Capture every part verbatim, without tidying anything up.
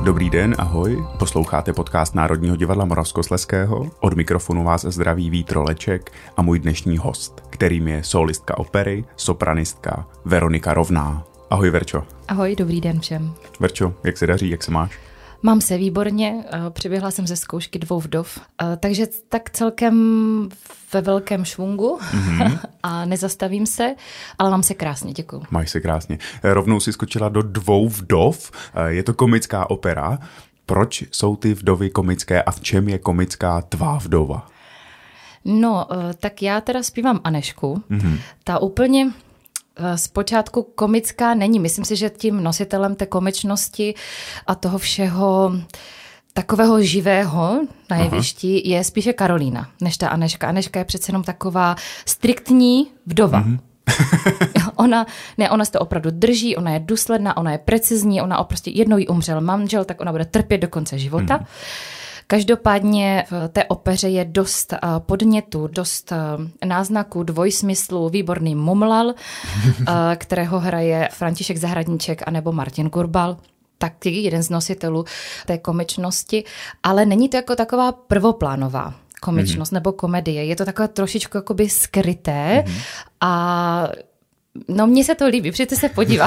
Dobrý den, ahoj. Posloucháte podcast Národního divadla Moravskoslezského. Od mikrofonu vás zdraví Vít Roleček a můj dnešní host, kterým je sólistka opery, sopranistka Veronika Rovná. Ahoj, Verčo. Ahoj, dobrý den všem. Verčo, jak se daří, jak se máš? Mám se výborně, přiběhla jsem ze zkoušky Dvou vdov, takže tak celkem ve velkém švungu mm-hmm. a nezastavím se, ale mám se krásně, děkuju. Máš se krásně. Rovnou si skočila do Dvou vdov, je to komická opera. Proč jsou ty vdovy komické a v čem je komická tvá vdova? No, tak já teda zpívám Anežku, mm-hmm. ta úplně... Zpočátku komická není. Myslím si, že tím nositelem té komičnosti a toho všeho takového živého na jevišti je spíše Karolína, než ta Anežka. Anežka je přece jenom taková striktní vdova. Mm-hmm. ona, ne, ona se to opravdu drží, ona je důsledná, ona je precizní, ona prostě jednou jí umřel manžel, tak ona bude trpět do konce života. Mm-hmm. Každopádně v té opeře je dost podnětů, dost náznaků, dvojsmyslů, výborný mumlal, kterého hraje František Zahradníček anebo Martin Gurbal. Taky jeden z nositelů té komičnosti, ale není to jako taková prvoplánová komičnost mm-hmm. nebo komedie. Je to taková trošičku jakoby skryté mm-hmm. a no mně se to líbí, přijďte se podívat.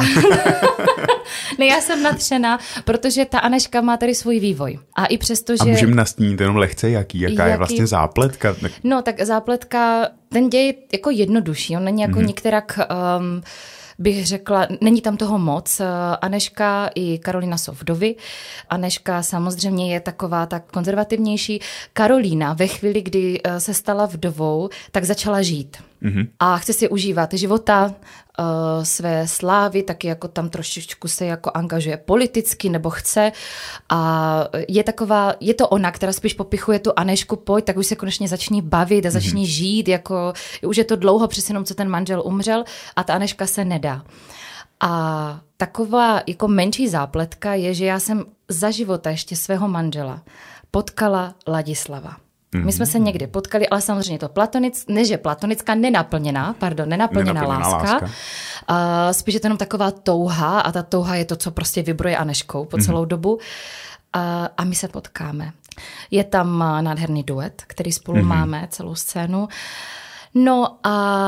Ne, já jsem nadšená, protože ta Anežka má tady svůj vývoj. A i přesto, že... A můžeme nastínit jenom lehce, jaký, jaká jaký... je vlastně zápletka? No, tak zápletka, ten děj je jako jednodušší, on není jako mm-hmm. některak... Um, bych řekla, není tam toho moc. Anežka i Karolína jsou vdovy. Anežka samozřejmě je taková tak konzervativnější. Karolína ve chvíli, kdy se stala vdovou, tak začala žít. Mm-hmm. A chce si užívat života, uh, své slávy, taky jako tam trošičku se jako angažuje politicky nebo chce. A je taková, je to ona, která spíš popichuje tu Anežku, pojď, tak už se konečně začni bavit a začni mm-hmm. žít, jako už je to dlouho přes jenom, co ten manžel umřel a ta Anežka se nedá. A taková jako menší zápletka je, že já jsem za života ještě svého manžela potkala Ladislava. My jsme se někdy potkali, ale samozřejmě to platonic, ne, že platonická, nenaplněná, pardon, nenaplněná, nenaplněná láska. láska. Uh, spíš je to jenom taková touha a ta touha je to, co prostě vibruje Anežkou po celou mm. dobu. Uh, a my se potkáme. Je tam nádherný duet, který spolu mm. máme, celou scénu. No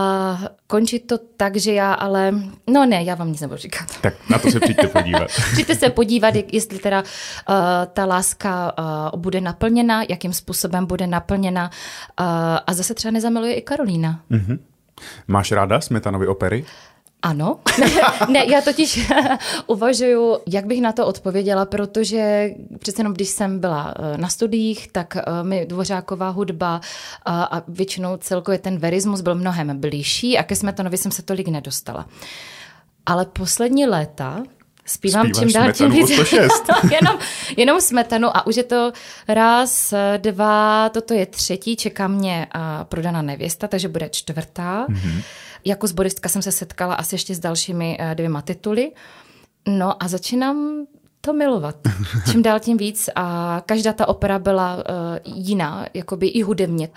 a končí to tak, že já ale... No ne, já vám nic nebudu říkat. Tak na to se přijďte podívat. Přijďte se podívat, jestli teda uh, ta láska uh, bude naplněna, jakým způsobem bude naplněna uh, a zase třeba nezamiluje i Karolína. Mm-hmm. Máš ráda Smetanovy opery? Ano. Ne, já totiž uvažuju, jak bych na to odpověděla, protože přece jenom, když jsem byla na studiích, tak mi Dvořáková hudba a většinou celkově ten verismus byl mnohem blížší a ke Smetanovi jsem se tolik nedostala. Ale poslední léta zpívám Zpíváš čím dál tím víc. jenom, jenom Smetanu a už je to raz, dva, toto je třetí, čeká mě Prodaná nevěsta, takže bude čtvrtá. Mm-hmm. Jako sboristka jsem se setkala asi ještě s dalšími dvěma tituly. No a začínám to milovat. Čím dál tím víc a každá ta opera byla uh, jiná, jakoby i hudebně.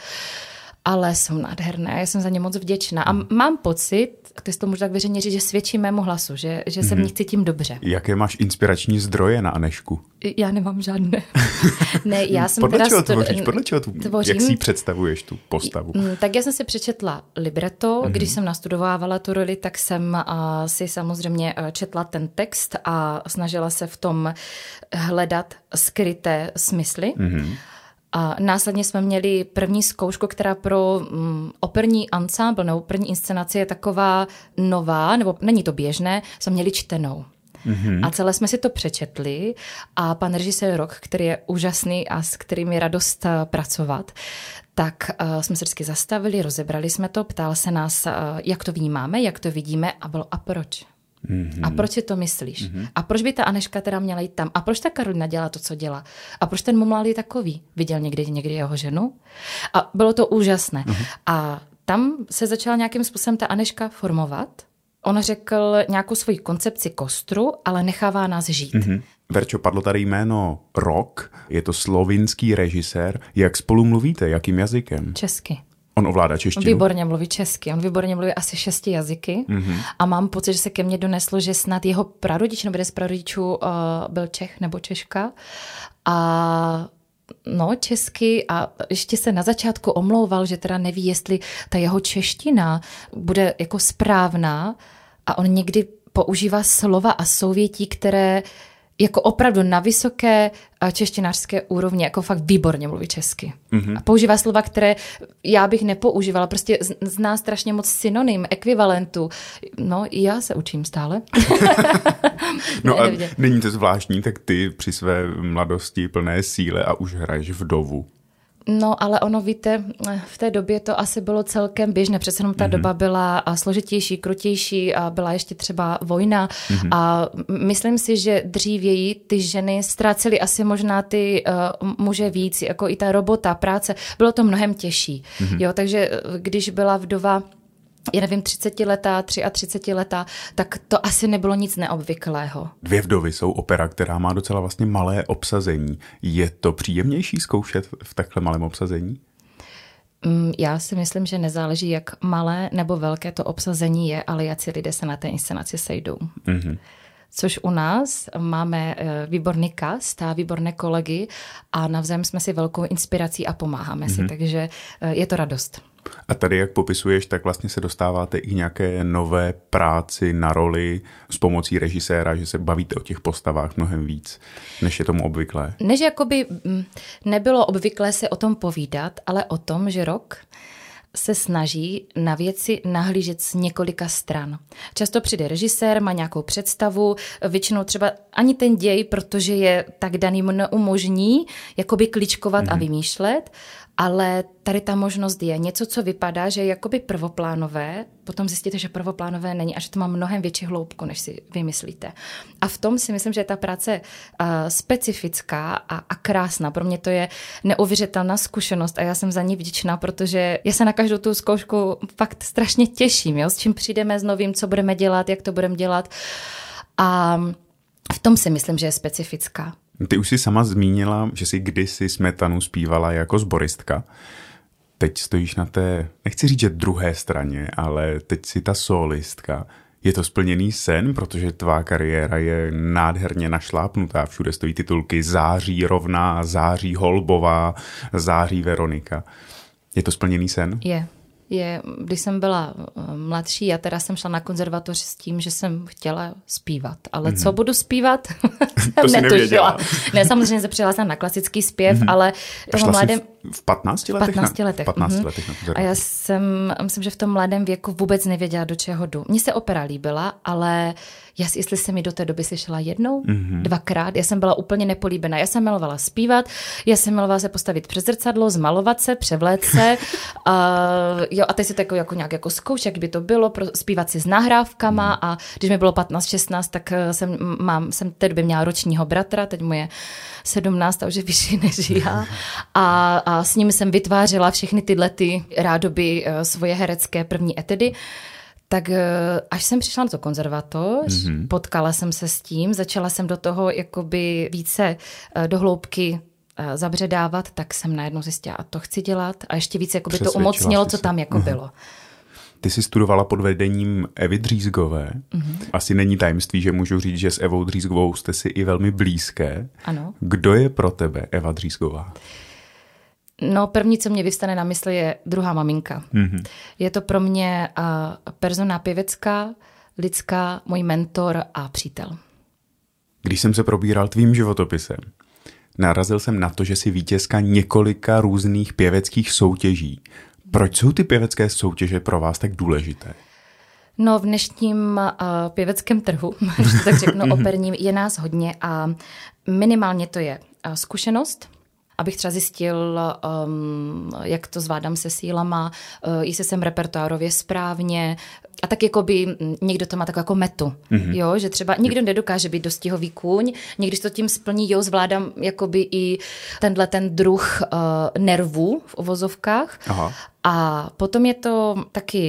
Ale jsou nádherné, já jsem za ně moc vděčná. A mám pocit, ty jsi to můžu tak veřejně říct, že svědčí mému hlasu, že, že se v nich cítím dobře. Jaké máš inspirační zdroje na Anežku? Já nemám žádné. Ne, já jsem podle teda... Čeho tvoříš? Podle čeho tu, jak si představuješ tu postavu? Tak já jsem si přečetla libreto, mm-hmm. když jsem nastudovávala tu roli, tak jsem uh, si samozřejmě četla ten text a snažila se v tom hledat skryté smysly. Mm-hmm. A následně jsme měli první zkoušku, která pro um, operní ansámbl nebo operní inscenaci je taková nová, nebo není to běžné, jsme měli čtenou. Mm-hmm. A celé jsme si to přečetli a pan režisér Rok, který je úžasný a s kterým je radost uh, pracovat, tak uh, jsme se vždycky zastavili, rozebrali jsme to, ptal se nás, uh, jak to vnímáme, jak to vidíme a bylo a proč? Mm-hmm. A proč si to myslíš? Mm-hmm. A proč by ta Anežka teda měla jít tam? A proč ta Karolina dělá to, co dělá? A proč ten mumlal je takový? Viděl někdy, někdy jeho ženu? A bylo to úžasné. Mm-hmm. A tam se začala nějakým způsobem ta Anežka formovat. On řekl nějakou svoji koncepci kostru, ale nechává nás žít. Mm-hmm. Verčo, padlo tady jméno Rok, je to slovinský režisér. Jak spolu mluvíte? Jakým jazykem? Česky. On ovládá češtinu? Výborně mluví česky. On výborně mluví asi šesti jazyky. Mm-hmm. A mám pocit, že se ke mně doneslo, že snad jeho prarodič nebo jeden z prarodičů uh, byl Čech nebo Češka. A no, česky a ještě se na začátku omlouval, že teda neví, jestli ta jeho čeština bude jako správná a on někdy používá slova a souvětí, které jako opravdu na vysoké češtinářské úrovni, jako fakt výborně mluví česky. Mm-hmm. A používá slova, které já bych nepoužívala, prostě zná strašně moc synonym, ekvivalentů. No, i já se učím stále. No a není to zvláštní, tak ty při své mladosti plné síle a už hraješ vdovu. No, ale ono, víte, v té době to asi bylo celkem běžné, přece jenom ta mm-hmm. doba byla složitější, krutější a byla ještě třeba vojna mm-hmm. a myslím si, že dřívěji ty ženy ztrácely asi možná ty uh, muže víc, jako i ta robota, práce, bylo to mnohem těžší, mm-hmm. jo, takže když byla vdova, já nevím, třicetiletá, třiatřicetiletá, tak to asi nebylo nic neobvyklého. Dvě vdovy jsou opera, která má docela vlastně malé obsazení. Je to příjemnější zkoušet v takhle malém obsazení? Já si myslím, že nezáleží, jak malé nebo velké to obsazení je, ale jak si lidé se na té inscenaci sejdou. Mm-hmm. Což u nás máme výborný cast a výborné kolegy a navzájem jsme si velkou inspirací a pomáháme mm-hmm. si, takže je to radost. A tady, jak popisuješ, tak vlastně se dostáváte i nějaké nové práci na roli s pomocí režiséra, že se bavíte o těch postavách mnohem víc, než je tomu obvyklé. Než jakoby nebylo obvyklé se o tom povídat, ale o tom, že rok se snaží na věci nahlížet z několika stran. Často přijde režisér, má nějakou představu, většinou třeba ani ten děj, protože je tak daný, mu neumožní jakoby kličkovat mm-hmm. a vymýšlet, ale tady ta možnost je něco, co vypadá, že je jakoby prvoplánové, potom zjistíte, že prvoplánové není a že to má mnohem větší hloubku, než si vymyslíte. A v tom si myslím, že je ta práce uh, specifická a, a krásná. Pro mě to je neuvěřitelná zkušenost a já jsem za ní vděčná, protože já se na každou tu zkoušku fakt strašně těším, jo? S čím přijdeme s novým, co budeme dělat, jak to budeme dělat. A v tom si myslím, že je specifická. Ty už jsi sama zmínila, že jsi kdysi Smetanu zpívala jako sboristka. Teď stojíš na té, nechci říct, že druhé straně, ale teď jsi ta solistka. Je to splněný sen, protože tvá kariéra je nádherně našlápnutá. Všude stojí titulky Září Rovná, Září Holbová, Září Veronika. Je to splněný sen? Je. Je, když jsem byla mladší, já teda jsem šla na konzervatoř s tím, že jsem chtěla zpívat. Ale mm-hmm. co budu zpívat? To si nevěděla. Ne, samozřejmě se přihlásila na klasický zpěv, mm-hmm. ale toho mladém... v patnácti letech? V patnácti letech. patnácti mm-hmm. letech a já jsem, myslím, že v tom mladém věku vůbec nevěděla, do čeho jdu. Mně se opera líbila, ale já, jestli jsem mi do té doby slyšela jednou, mm-hmm. dvakrát, já jsem byla úplně nepolíbená. Já jsem milovala zpívat, já jsem milovala se postavit před zrcadlo, zmalovat se, převléct se. a, jo, a teď si to jako, jako nějak jako zkouš, jak by to bylo, pro, zpívat si s nahrávkama mm. a když mi bylo patnáct šestnáct, tak jsem, mám, jsem v té době měla ročního bratra, teď mu je sedmnáct a už je vyšší než já. A, a s ním jsem vytvářela všechny tyhle ty rádoby svoje herecké první etidy. Tak až jsem přišla na to konzervatoř, mm-hmm. potkala jsem se s tím, začala jsem do toho jakoby více do hloubky zabředávat, tak jsem najednou zjistila, a to chci dělat a ještě více jakoby to umocnilo, co tam jako mm-hmm. bylo. Ty jsi studovala pod vedením Evy Dřízgové. Mm-hmm. Asi není tajemství, že můžu říct, že s Evou Dřízgovou jste si i velmi blízké. Ano. Kdo je pro tebe Eva Dřízgová? No, první, co mě vyvstane na mysli, je druhá maminka. Mm-hmm. Je to pro mě uh, persona pěvecká, lidská, můj mentor a přítel. Když jsem se probíral tvým životopisem, narazil jsem na to, že jsi vítězka několika různých pěveckých soutěží. Proč jsou ty pěvecké soutěže pro vás tak důležité? No, v dnešním uh, pěveckém trhu, když to tak řeknu, operním, je nás hodně a minimálně to je uh, zkušenost, abych třeba zjistil, um, jak to zvládám se sílama, uh, jestli jsem repertoárově správně. A tak jakoby někdo to má takovou jako metu, mm-hmm. jo, že třeba nikdo nedokáže být dostihový kůň, někdy to tím splní, jo, zvládám jakoby i tenhle ten druh uh, nervů v uvozovkách. Aha. A potom je to taky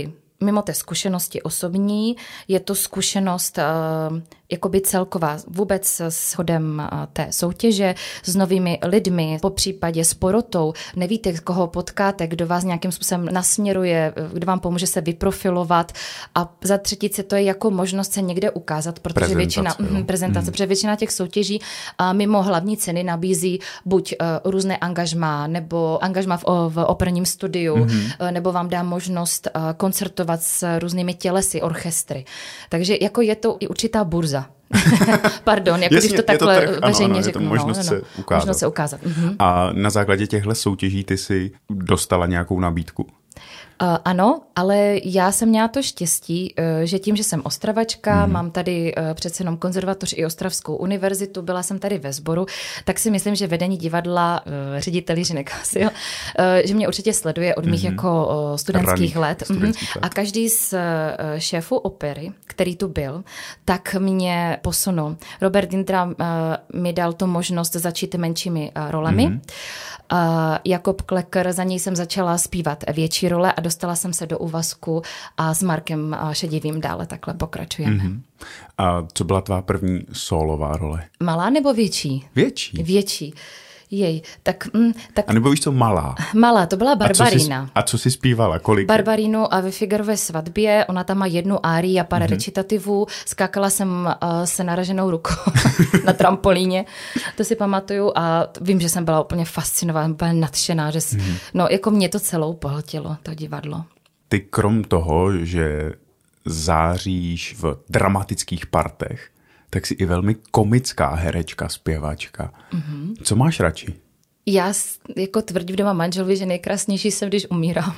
mimo té zkušenosti osobní, je to zkušenost uh, jakoby celková vůbec s chodem uh, té soutěže, s novými lidmi, po případě s porotou. Nevíte, koho potkáte, kdo vás nějakým způsobem nasměruje, kdo vám pomůže se vyprofilovat a za třetice to je jako možnost se někde ukázat, protože prezentace, většina, mm, prezentace, mm. protože většina těch soutěží uh, mimo hlavní ceny nabízí buď uh, různé angažmá, nebo angažmá v, v operním studiu, mm. uh, nebo vám dá možnost uh, koncertovat s různými tělesy, orchestry. Takže jako je to i určitá burza. Pardon, jako Jasně, když to takhle to trh, veřejně ano, ano, řeknu. Je to možnost, no, no, se ukázat. možnost se ukázat. Mhm. A na základě těchto soutěží ty si dostala nějakou nabídku? Uh, ano, ale já jsem měla to štěstí, uh, že tím, že jsem Ostravačka, hmm. mám tady uh, přece jenom konzervatoř i Ostravskou univerzitu, byla jsem tady ve sboru, tak si myslím, že vedení divadla, uh, ředitel Jiří Kasil, uh, že mě určitě sleduje od mých hmm. jako uh, studentských let. studentských let. A každý z uh, šéfů opery, který tu byl, tak mě posunul. Robert Dindra uh, mi dal tu možnost začít menšími uh, rolemi. Hmm. Uh, Jakob Klecker, za něj jsem začala zpívat větší role a dostala jsem se do úvazku a s Markem Šedivým dále takhle pokračujeme. Mm-hmm. A co byla tvá první sólová role? Malá nebo větší? Větší. Větší. Jej, tak, mm, tak... A nebo víš co, malá? Malá, to byla Barbarina. A co jsi, a co jsi zpívala? Kolik? Barbarinu a ve Figarové svatbě, ona tam má jednu árii a pár mm-hmm. recitativů. Skákala jsem uh, se naraženou rukou na trampolíně, to si pamatuju a vím, že jsem byla úplně fascinovaná, byla nadšená, že jsi, mm-hmm. no jako mě to celou pohltilo, to divadlo. Ty krom toho, že záříš v dramatických partech, tak jsi i velmi komická herečka, zpěvačka. Mm-hmm. Co máš radši? Já jako tvrdím doma manželovi, že nejkrásnější jsem, když umírám.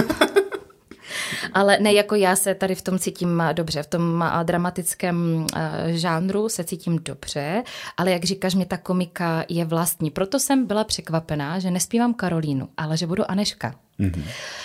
Ale ne, jako já se tady v tom cítím dobře, v tom dramatickém žánru se cítím dobře, ale jak říkáš, mě ta komika je vlastní. Proto jsem byla překvapená, že nespívám Karolínu, ale že budu Anežka. Mm-hmm.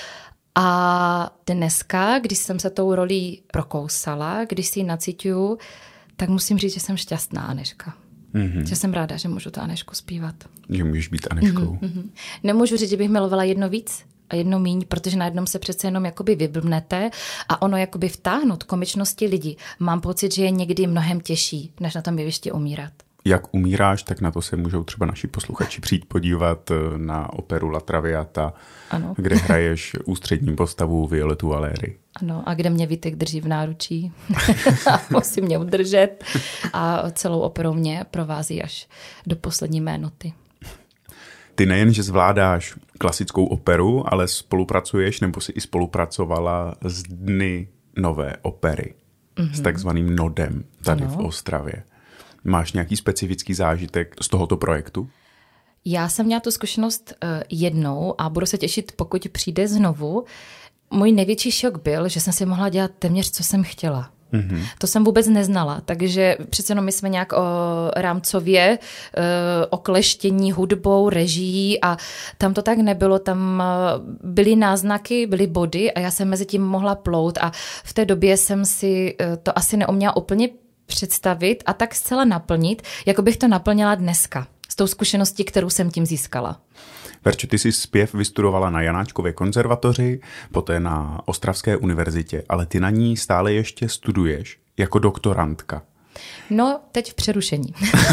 A dneska, když jsem se tou rolí prokousala, když si ji nacítuju, tak musím říct, že jsem šťastná Anežka. Mm-hmm. Že jsem ráda, že můžu tu Anežku zpívat. Že můžeš být Anežkou. Mm-hmm. Nemůžu říct, že bych milovala jedno víc a jedno míň, protože na jednom se přece jenom jakoby vyblbnete a ono jakoby vtáhnout komičnosti lidí. Mám pocit, že je někdy mnohem těžší, než na tom jevišti umírat. Jak umíráš, tak na to se můžou třeba naši posluchači přijít podívat na operu La Traviata, ano. kde hraješ ústřední postavu Violetu Valéry. Ano, a kde mě Vítek drží v náručí. Musím mě udržet a celou operou mě provází až do poslední mé noty. Ty nejen, že zvládáš klasickou operu, ale spolupracuješ, nebo si i spolupracovala s Dny nové opery, mm-hmm. s takzvaným Nodem tady ano. v Ostravě. Máš nějaký specifický zážitek z tohoto projektu? Já jsem měla tu zkušenost uh, jednou a budu se těšit, pokud přijde znovu. Můj největší šok byl, že jsem si mohla dělat téměř, co jsem chtěla. Mm-hmm. To jsem vůbec neznala, takže přece jenom my jsme nějak o, rámcově o, okleštění hudbou, režií a tam to tak nebylo, tam byly náznaky, byly body a já jsem mezi tím mohla plout a v té době jsem si to asi neuměla úplně představit a tak zcela naplnit, jako bych to naplnila dneska s tou zkušeností, kterou jsem tím získala. Verčo, ty jsi zpěv vystudovala na Janáčkově konzervatoři, poté na Ostravské univerzitě, ale ty na ní stále ještě studuješ jako doktorantka. No, teď v přerušení.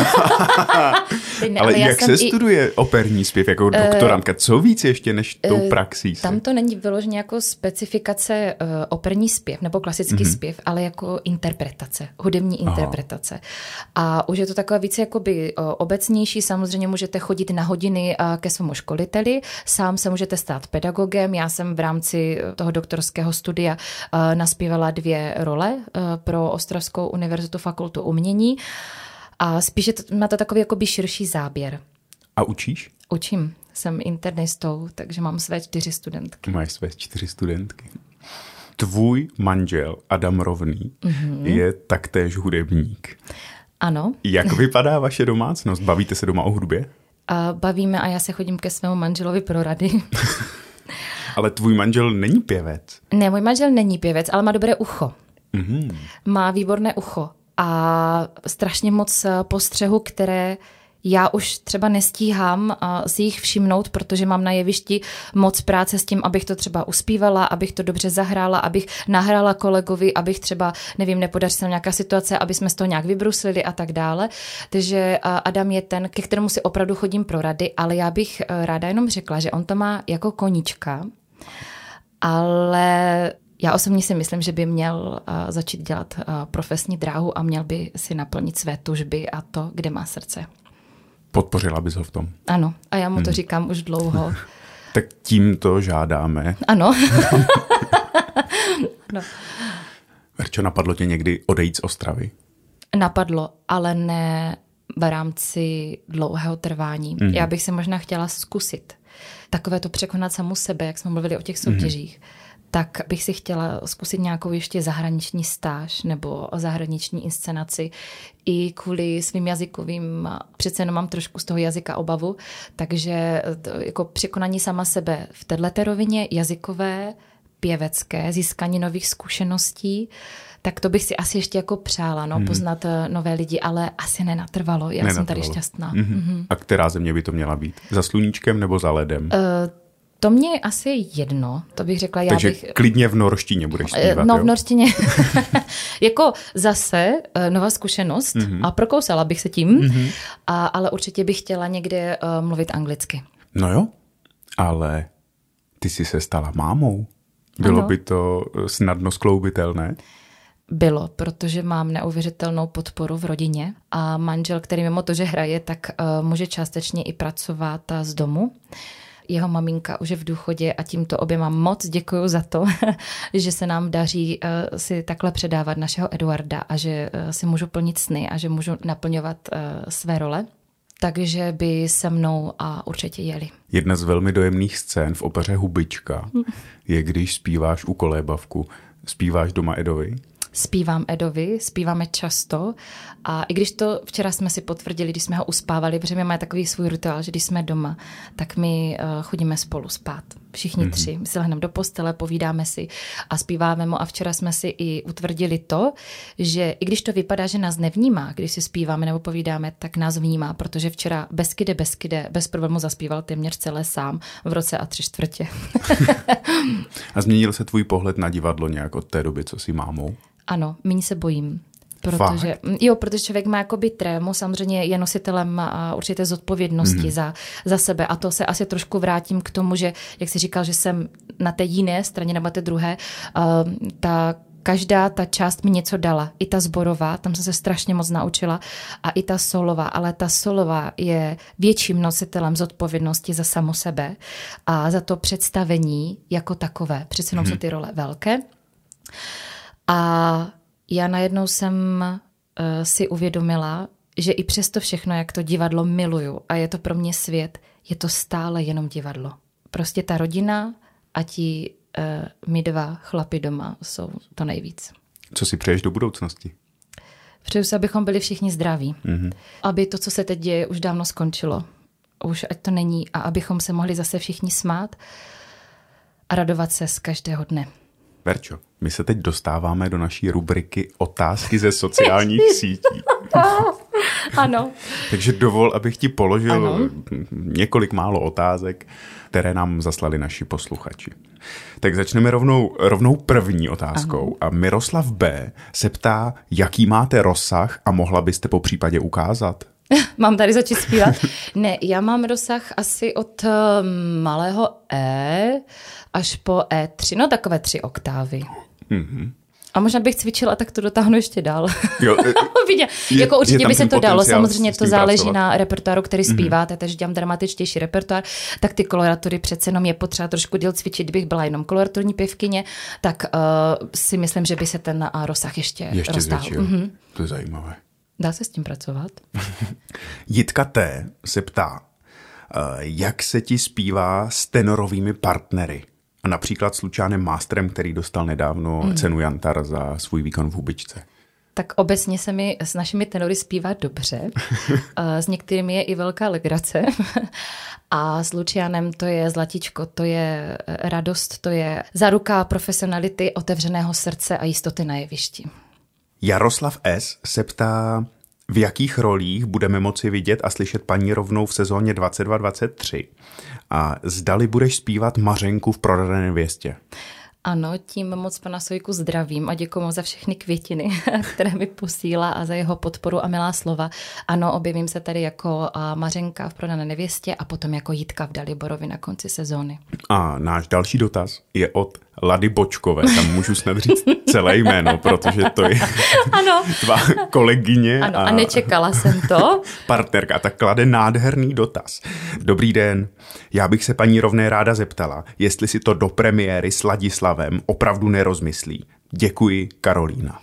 teď ne, ale, ale jak se i... studuje operní zpěv jako doktorantka? Co víc ještě než tou uh, praxí? Se? Tam to není vyloženě jako specifikace uh, operní zpěv nebo klasický mm-hmm. zpěv, ale jako interpretace, hudební Aha. interpretace. A už je to takové více jakoby uh, obecnější. Samozřejmě můžete chodit na hodiny uh, ke svému školiteli, sám se můžete stát pedagogem. Já jsem v rámci toho doktorského studia uh, naspívala dvě role uh, pro Ostravskou univerzitu fakultu umění a spíše má to takový jakoby širší záběr. A učíš? Učím. Jsem internistou, takže mám své čtyři studentky. Máš své čtyři studentky. Tvůj manžel Adam Rovný mm-hmm. je taktéž hudebník. Ano. Jak vypadá vaše domácnost? Bavíte se doma o hudbě? A bavíme a já se chodím ke svému manželovi pro rady. Ale tvůj manžel není pěvec? Ne, můj manžel není pěvec, ale má dobré ucho. Mm-hmm. Má výborné ucho. A strašně moc postřehu, které Já už třeba nestíhám si jich všimnout, protože mám na jevišti moc práce s tím, abych to třeba uspívala, abych to dobře zahrála, abych nahrála kolegovi, abych třeba, nevím, nepodařila se nějaká situace, aby jsme z toho nějak vybruslili a tak dále. Takže Adam je ten, ke kterému si opravdu chodím pro rady, ale já bych ráda jenom řekla, že on to má jako koníčka, ale já osobně si myslím, že by měl začít dělat profesní dráhu a měl by si naplnit své tužby a to, kde má srdce. Podpořila bys ho v tom? Ano, a já mu to hmm. říkám už dlouho. Tak tímto žádáme. Ano. no. Verčo, napadlo tě někdy odejít z Ostravy? Napadlo, ale ne v rámci dlouhého trvání. Hmm. Já bych si možná chtěla zkusit takové to překonat samu sebe, jak jsme mluvili o těch soutěžích. Hmm. Tak bych si chtěla zkusit nějakou ještě zahraniční stáž nebo zahraniční inscenaci. I kvůli svým jazykovým, přece jenom mám trošku z toho jazyka obavu, takže jako překonání sama sebe v této rovině jazykové, pěvecké, získání nových zkušeností, tak to bych si asi ještě jako přála, no, hmm. poznat nové lidi, ale asi nenatrvalo. Já nenatrvalo. Jsem tady šťastná. Mm-hmm. Mm-hmm. A která země by to měla být? Za sluníčkem nebo za ledem? Uh, To mě je asi jedno, to bych řekla. Já Takže bych... klidně v norštině budeš zpívat, No jo? v norštině. Jako zase nová zkušenost mm-hmm. a prokousala bych se tím, mm-hmm. a, ale určitě bych chtěla někde uh, mluvit anglicky. No jo, ale ty jsi se stala mámou. Bylo ano. by to snadno skloubitelné? Bylo, protože mám neuvěřitelnou podporu v rodině a manžel, který mimo to, že hraje, tak uh, může částečně i pracovat z domu. Jeho maminka už je v důchodě a tímto oběma moc děkuju za to, že se nám daří uh, si takhle předávat našeho Eduarda a že uh, si můžu plnit sny a že můžu naplňovat uh, své role. Takže by se mnou a určitě jeli. Jedna z velmi dojemných scén v opeře Hubička je, když zpíváš u kolébavku. Zpíváš doma Edovi? Zpívám Edovi, zpíváme často a i když to včera jsme si potvrdili, když jsme ho uspávali, protože my máme takový svůj rituál, že když jsme doma, tak my uh, chodíme spolu spát. Všichni mm-hmm. tři. My se lehneme do postele, povídáme si a zpíváme mu a včera jsme si i utvrdili to, že i když to vypadá, že nás nevnímá, když si zpíváme nebo povídáme, tak nás vnímá, protože včera Beskyde, Beskyde bez problému zaspíval téměř celé sám v roce a tři čtvrtě. A změnil se tvůj pohled na divadlo nějak od té doby, co jsi mámou? Ano, méně se bojím. Protože, jo, protože člověk má jakoby trému, samozřejmě je nositelem a určité zodpovědnosti mm. za, za sebe a to se asi trošku vrátím k tomu, že, jak jsi říkal, že jsem na té jiné straně nebo té druhé, uh, ta každá ta část mi něco dala. I ta sborová, tam jsem se strašně moc naučila a i ta solová, ale ta solová je větším nositelem zodpovědnosti za samu sebe a za to představení jako takové. Přece jenom mm. jsou ty role velké. A já najednou jsem uh, si uvědomila, že i přesto všechno, jak to divadlo miluju a je to pro mě svět, je to stále jenom divadlo. Prostě ta rodina a ti uh, my dva chlapi doma jsou to nejvíc. Co si přeješ do budoucnosti? Přeju si, abychom byli všichni zdraví. Mm-hmm. Aby to, co se teď děje, už dávno skončilo. Už ať to není a abychom se mohli zase všichni smát a radovat se z každého dne. Verčo, my se teď dostáváme do naší rubriky Otázky ze sociálních sítí. Ano. Takže dovol, abych ti položil ano. několik málo otázek, které nám zaslali naši posluchači. Tak začneme rovnou, rovnou první otázkou. Ano. A Miroslav B. se ptá, jaký máte rozsah a mohla byste po případě ukázat? Mám tady začít zpívat? Ne, já mám rozsah asi od uh, malého E až po E tři, no takové tři oktávy. Mm-hmm. A možná bych cvičila, tak to dotáhnu ještě dál. Jo, je, jako určitě by se to dalo, samozřejmě to záleží pracovat. Na repertoáru, který zpíváte, mm-hmm. takže dělám dramatičtější repertoár, tak ty koloratury přece jenom je potřeba trošku děl cvičit, kdybych byla jenom koloraturní pěvkyně, tak uh, si myslím, že by se ten uh, rozsah ještě, ještě roztáhl. Mm-hmm. To je zajímavé. Dá se s tím pracovat? Jitka T. se ptá, jak se ti zpívá s tenorovými partnery? A například s Lučánem Mástrem, který dostal nedávno mm. cenu Jantar za svůj výkon v Hubičce. Tak obecně se mi s našimi tenory zpívá dobře. S některými je i velká legrace. A s Lučianem to je zlatíčko, to je radost, to je záruka profesionality, otevřeného srdce a jistoty na jevišti. Jaroslav S. se ptá, v jakých rolích budeme moci vidět a slyšet paní Rovnou v sezóně dvacet dva dvacet tři? A zdali budeš zpívat Mařenku v Prodané nevěstě? Ano, tím moc pana Sojku zdravím a děkuji mu za všechny květiny, které mi posílá a za jeho podporu a milá slova. Ano, objevím se tady jako Mařenka v Prodané nevěstě a potom jako Jitka v Daliborovi na konci sezóny. A náš další dotaz je od Lady Bočkové. Tam můžu snad říct celé jméno, protože to je ano. tvá kolegyně. Ano, a, a nečekala jsem to. Partnerka, tak klade nádherný dotaz. Dobrý den, já bych se paní Rovné ráda zeptala, jestli si to do premiéry s Ladislavem opravdu nerozmyslí. Děkuji, Karolína.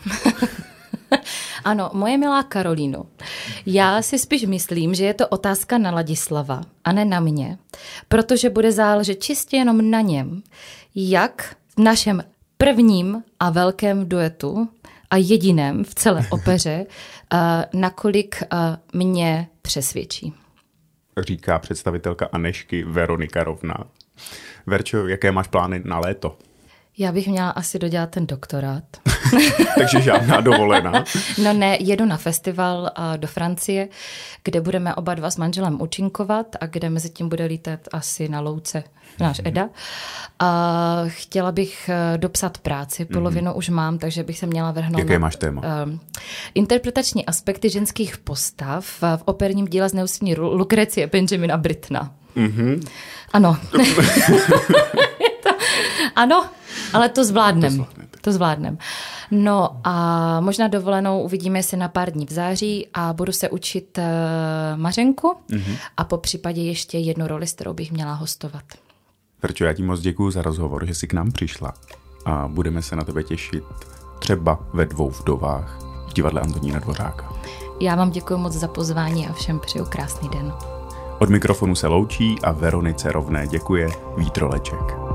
Ano, moje milá Karolíno, já si spíš myslím, že je to otázka na Ladislava a ne na mě, protože bude záležet čistě jenom na něm, jak v našem prvním a velkém duetu a jediném v celé opeře, nakolik mě přesvědčí. Říká představitelka Anežky Veronika Rovná. Verčo, jaké máš plány na léto? Já bych měla asi dodělat ten doktorát. Takže žádná dovolená? No ne, jedu na festival do Francie, kde budeme oba dva s manželem účinkovat a kde mezi tím bude lítat asi na louce náš Eda. A chtěla bych dopsat práci, polovinu mm-hmm. už mám, takže bych se měla vrhnout. Jaké máš téma? Uh, interpretační aspekty ženských postav v operním díle z neústní Lukrecie Benjamina Brittona. Mm-hmm. Ano. to, ano, ale to zvládnem. To, to zvládnem. No a možná dovolenou uvidíme se na pár dní v září a budu se učit uh, Mařenku mm-hmm. a po případě ještě jednu roli, s kterou bych měla hostovat. Verčo, já ti moc děkuju za rozhovor, že jsi k nám přišla a budeme se na tebe těšit třeba ve Dvou vdovách v divadle Antonína Dvořáka. Já vám děkuji moc za pozvání a všem přeju krásný den. Od mikrofonu se loučí a Veronice Rovné děkuje Vít Roleček.